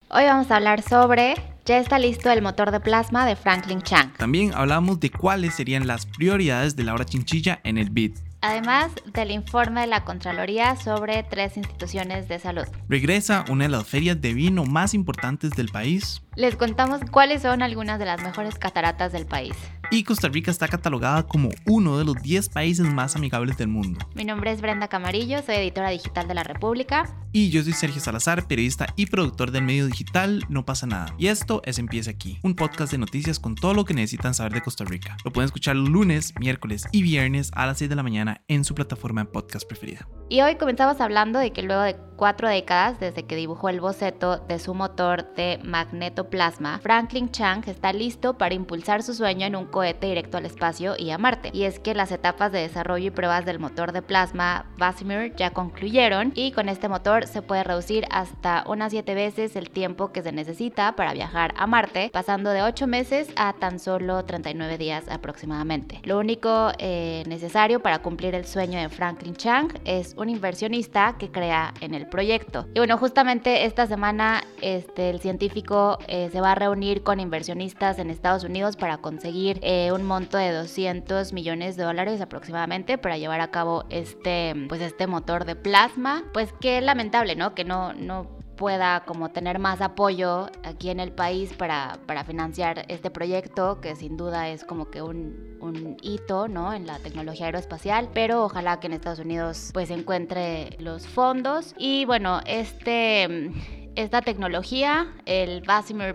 Hoy vamos a hablar sobre ya está listo el motor de plasma de Franklin Chang. También hablamos de cuáles serían las prioridades de Laura Chinchilla en el BID. Además del informe de la Contraloría sobre 3 instituciones de salud. Regresa una de las ferias de vino más importantes del país. Les contamos cuáles son algunas de las mejores cataratas del país. Y Costa Rica está catalogada como uno de los 10 países más amigables del mundo. Mi nombre es Brenda Camarillo, soy editora digital de La República. Y yo soy Sergio Salazar, periodista y productor del medio digital No Pasa Nada. Y esto es Empieza Aquí, un podcast de noticias con todo lo que necesitan saber de Costa Rica. Lo pueden escuchar los lunes, miércoles y viernes a las 6 de la mañana en su plataforma de podcast preferida. Y hoy comenzamos hablando de que luego de 4 décadas desde que dibujó el boceto de su motor de magnetoplasma, Franklin Chang está listo para impulsar su sueño en un cohete directo al espacio y a Marte. Y es que las etapas de desarrollo y pruebas del motor de plasma Casimir ya concluyeron y con este motor se puede reducir hasta unas 7 veces el tiempo que se necesita para viajar a Marte, pasando de 8 meses a tan solo 39 días aproximadamente. Lo único necesario para cumplir el sueño de Franklin Chang es un inversionista que crea en el proyecto. Y bueno, justamente esta semana el científico se va a reunir con inversionistas en Estados Unidos para conseguir un monto de $200 millones aproximadamente para llevar a cabo este motor de plasma. Pues qué lamentable, ¿no? Que no pueda como tener más apoyo aquí en el país para financiar este proyecto, que sin duda es como que un hito, ¿no?, en la tecnología aeroespacial, pero ojalá que en Estados Unidos pues encuentre los fondos. Y bueno, esta tecnología, el Casimir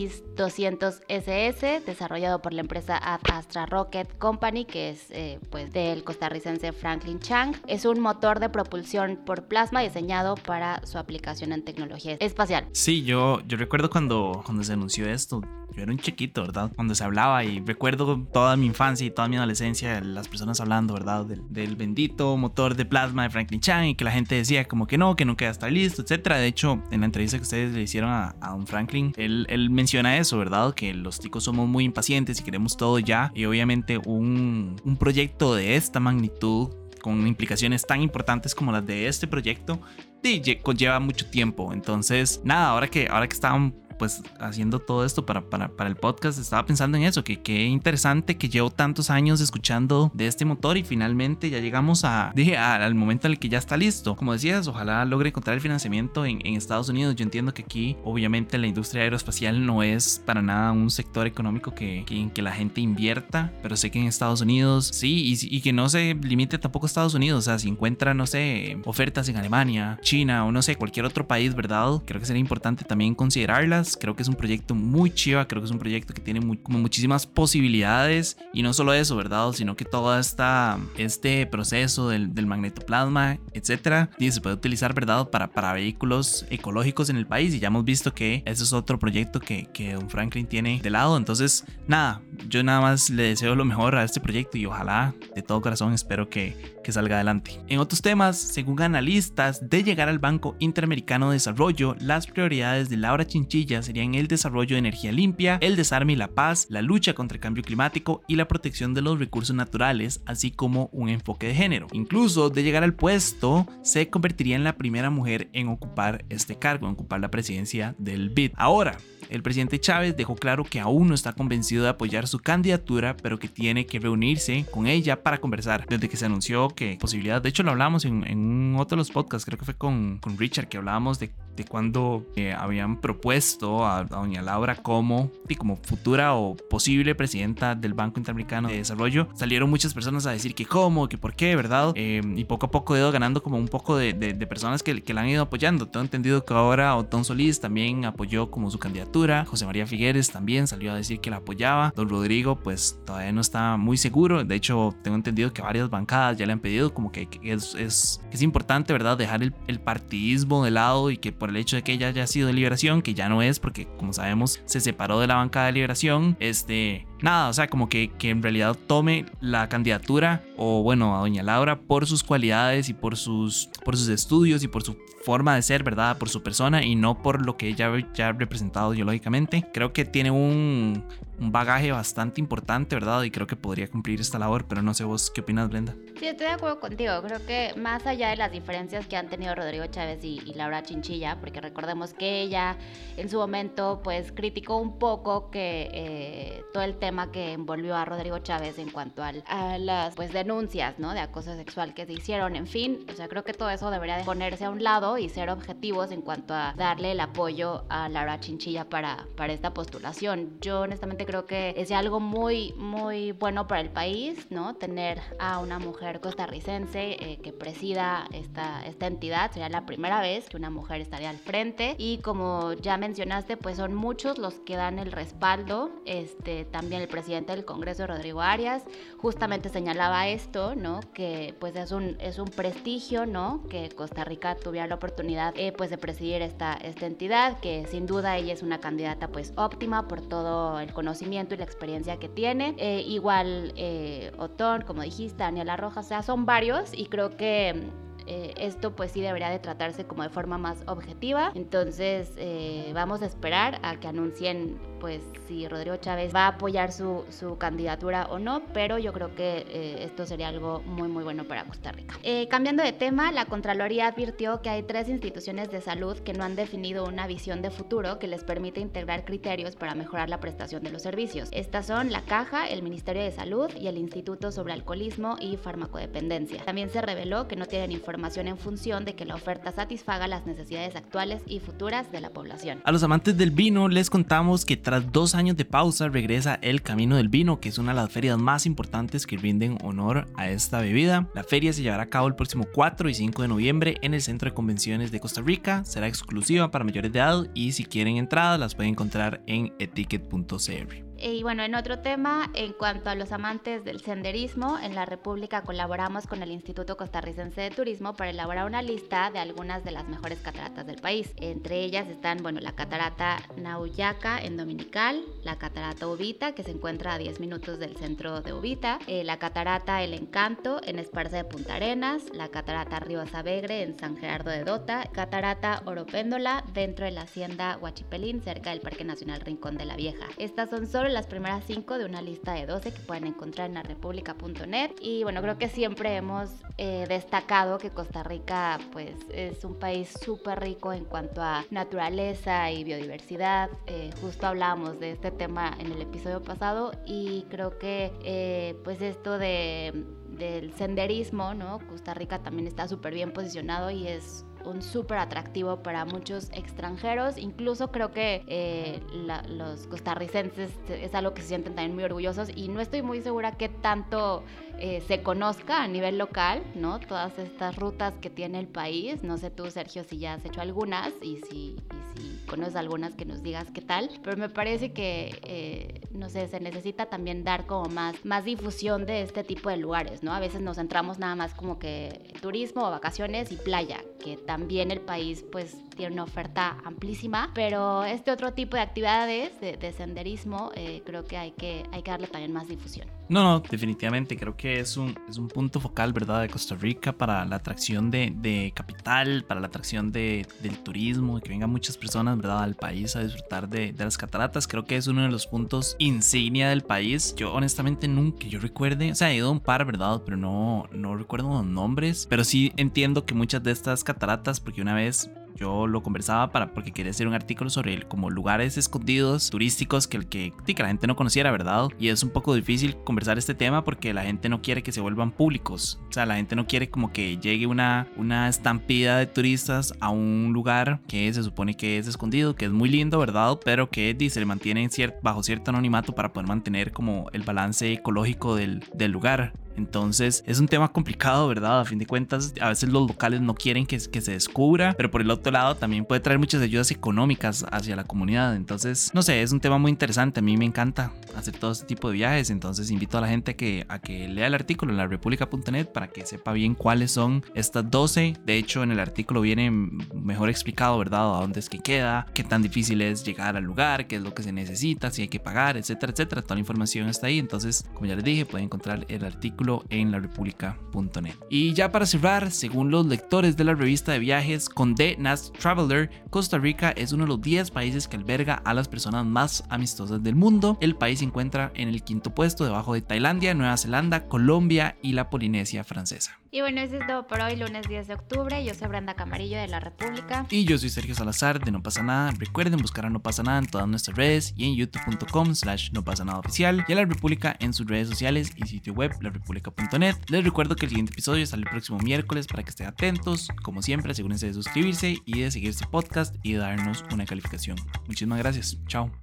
BX200SS, desarrollado por la empresa Astra Rocket Company, que es del costarricense Franklin Chang, es un motor de propulsión por plasma diseñado para su aplicación en tecnología espacial. Sí, yo recuerdo cuando se anunció esto. Yo era un chiquito, ¿verdad? Cuando se hablaba, y recuerdo toda mi infancia y toda mi adolescencia las personas hablando, ¿verdad? Del bendito motor de plasma de Franklin Chang, y que la gente decía como que nunca iba a estar listo, etcétera. De hecho, en la entrevista que ustedes le hicieron a don Franklin, él menciona eso, ¿verdad? Que los ticos somos muy impacientes y queremos todo ya. Y obviamente un proyecto de esta magnitud, con implicaciones tan importantes como las de este proyecto, conlleva mucho tiempo. Entonces, nada, ahora que estaban pues haciendo todo esto para el podcast, estaba pensando en eso, que qué interesante que llevo tantos años escuchando de este motor y finalmente ya llegamos al momento en el que ya está listo. Como decías, ojalá logre encontrar el financiamiento en Estados Unidos. Yo entiendo que aquí obviamente la industria aeroespacial no es para nada un sector económico en que la gente invierta, pero sé que en Estados Unidos sí, y que no se limite tampoco a Estados Unidos. O sea, si encuentra, no sé, ofertas en Alemania, China o no sé, cualquier otro país, ¿verdad? Creo que sería importante también considerarlas. Creo que es un proyecto muy chiva, creo que es un proyecto que tiene como muchísimas posibilidades, y no solo eso, ¿verdad? Sino que todo este proceso del magnetoplasma, etcétera, se puede utilizar, ¿verdad? Para vehículos ecológicos en el país, y ya hemos visto que ese es otro proyecto que don Franklin tiene de lado. Entonces, nada, yo nada más le deseo lo mejor a este proyecto y ojalá de todo corazón espero que salga adelante. En otros temas, según analistas, de llegar al Banco Interamericano de Desarrollo, las prioridades de Laura Chinchilla serían el desarrollo de energía limpia, el desarme y la paz, la lucha contra el cambio climático y la protección de los recursos naturales, así como un enfoque de género. Incluso, de llegar al puesto, se convertiría en la primera mujer en ocupar este cargo, en ocupar la presidencia del BID. Ahora, el presidente Chávez dejó claro que aún no está convencido de apoyar su candidatura, pero que tiene que reunirse con ella para conversar. Desde que se anunció que posibilidad, de hecho lo hablamos en otro de los podcasts, creo que fue con Richard, que hablábamos de cuando habían propuesto a doña Laura como futura o posible presidenta del Banco Interamericano de Desarrollo. Salieron muchas personas a decir que cómo, que por qué, ¿verdad? Y poco a poco ha ido ganando como un poco de personas que la han ido apoyando. Tengo entendido que ahora Otón Solís también apoyó como su candidatura, José María Figueres también salió a decir que la apoyaba, don Rodrigo pues todavía no está muy seguro. De hecho, tengo entendido que varias bancadas ya le han pedido como que es importante, ¿verdad?, dejar el partidismo de lado, y que por el hecho de que ella haya sido de Liberación, que ya no es, porque como sabemos se separó de la bancada de Liberación, nada, o sea, como que en realidad tome la candidatura, o bueno, a doña Laura por sus cualidades y por sus estudios y por su forma de ser, ¿verdad?, por su persona, y no por lo que ella ya ha representado ideológicamente. Creo que tiene un un bagaje bastante importante, ¿verdad? Y creo que podría cumplir esta labor, pero no sé vos qué opinas, Brenda. Sí, estoy de acuerdo contigo. Creo que más allá de las diferencias que han tenido Rodrigo Chávez y Laura Chinchilla, porque recordemos que ella en su momento pues criticó un poco que todo el tema que envolvió a Rodrigo Chávez en cuanto a las pues denuncias, ¿no?, de acoso sexual que se hicieron, en fin, o sea, creo que todo eso debería de ponerse a un lado y ser objetivos en cuanto a darle el apoyo a Laura Chinchilla para esta postulación. Yo honestamente creo que es algo muy, muy bueno para el país, ¿no?, tener a una mujer costarricense que presida esta entidad. Sería la primera vez que una mujer estaría al frente y como ya mencionaste, pues son muchos los que dan el respaldo. También el presidente del Congreso, Rodrigo Arias, justamente señalaba esto, ¿no?, que pues es un prestigio, ¿no?, que Costa Rica tuviera la oportunidad pues de presidir esta entidad, que sin duda ella es una candidata pues óptima por todo el conocimiento y la experiencia que tiene. Igual Otón, como dijiste, Daniela Rojas, o sea, son varios y creo que esto pues sí debería de tratarse como de forma más objetiva. Entonces vamos a esperar a que anuncien pues si Rodrigo Chávez va a apoyar su candidatura o no, pero yo creo que esto sería algo muy muy bueno para Costa Rica. Cambiando de tema, la Contraloría advirtió que hay 3 instituciones de salud que no han definido una visión de futuro que les permite integrar criterios para mejorar la prestación de los servicios. Estas son la Caja, el Ministerio de Salud y el Instituto sobre Alcoholismo y Farmacodependencia. También se reveló que no tienen información en función de que la oferta satisfaga las necesidades actuales y futuras de la población. A los amantes del vino les contamos que tras 2 años de pausa regresa el Camino del Vino, que es una de las ferias más importantes que rinden honor a esta bebida. La feria se llevará a cabo el próximo 4 y 5 de noviembre en el Centro de Convenciones de Costa Rica. Será exclusiva para mayores de edad y si quieren entradas las pueden encontrar en eticket.cr. Y bueno, en otro tema, en cuanto a los amantes del senderismo, en la República colaboramos con el Instituto Costarricense de Turismo para elaborar una lista de algunas de las mejores cataratas del país. Entre ellas están, bueno, la catarata Nauyaca en Dominical, la catarata Ubita, que se encuentra a 10 minutos del centro de Ubita, la catarata El Encanto en Esparza de Punta Arenas, la catarata Río Savegre en San Gerardo de Dota, catarata Oropéndola dentro de la hacienda Huachipelín, cerca del Parque Nacional Rincón de la Vieja. Estas son solo las primeras 5 de una lista de 12 que pueden encontrar en larepublica.net. Y bueno, creo que siempre hemos destacado que Costa Rica pues es un país súper rico en cuanto a naturaleza y biodiversidad. Justo hablábamos de este tema en el episodio pasado y creo que pues esto del senderismo, ¿no? Costa Rica también está súper bien posicionado y es un súper atractivo para muchos extranjeros. Incluso creo que los costarricenses es algo que se sienten también muy orgullosos y no estoy muy segura que tanto se conozca a nivel local, ¿no? Todas estas rutas que tiene el país. No sé tú, Sergio, si ya has hecho algunas y si conoces algunas, que nos digas qué tal, pero me parece que no sé, se necesita también dar como más difusión de este tipo de lugares, ¿no? A veces nos centramos nada más como que turismo, vacaciones y playa, que también el país pues tiene una oferta amplísima, pero este otro tipo de actividades de senderismo creo que hay que darle también más difusión. No, definitivamente creo que es un punto focal, ¿verdad?, de Costa Rica para la atracción de capital, para la atracción del turismo, de que vengan muchas personas, ¿verdad?, al país a disfrutar de las cataratas. Creo que es uno de los puntos insignia del país. Yo honestamente nunca, yo recuerde, o sea, he ido a un par, ¿verdad?, pero no recuerdo los nombres, pero sí entiendo que muchas de estas cataratas, porque una vez yo lo conversaba porque quería hacer un artículo sobre como lugares escondidos turísticos que la gente no conociera, ¿verdad? Y es un poco difícil conversar este tema porque la gente no quiere que se vuelvan públicos. O sea, la gente no quiere como que llegue una estampida de turistas a un lugar que se supone que es escondido, que es muy lindo, ¿verdad? Pero que se le mantiene bajo cierto anonimato para poder mantener como el balance ecológico del lugar. Entonces es un tema complicado, ¿verdad? A fin de cuentas, a veces los locales no quieren que se descubra, pero por el otro lado también puede traer muchas ayudas económicas hacia la comunidad. Entonces, no sé, es un tema muy interesante. A mí me encanta hacer todo este tipo de viajes. Entonces invito a la gente a que lea el artículo en larepublica.net para que sepa bien cuáles son estas 12. De hecho, en el artículo viene mejor explicado, ¿verdad?, a dónde es que queda, qué tan difícil es llegar al lugar, qué es lo que se necesita, si hay que pagar, etcétera, etcétera. Toda la información está ahí. Entonces, como ya les dije, pueden encontrar el artículo artículo en larepublica.net. Y ya para cerrar, según los lectores de la revista de viajes Condé Nast Traveler, Costa Rica es uno de los 10 países que alberga a las personas más amistosas del mundo. El país se encuentra en el 5º puesto, debajo de Tailandia, Nueva Zelanda, Colombia y la Polinesia Francesa. Y bueno, eso es todo por hoy, lunes 10 de octubre. Yo soy Brenda Camarillo de La República. Y yo soy Sergio Salazar de No Pasa Nada. Recuerden buscar a No Pasa Nada en todas nuestras redes y en youtube.com/nopasanadaoficial y a La República en sus redes sociales y sitio web larepublica.net. Les recuerdo que el siguiente episodio sale el próximo miércoles para que estén atentos. Como siempre, asegúrense de suscribirse y de seguir este podcast y de darnos una calificación. Muchísimas gracias. Chao.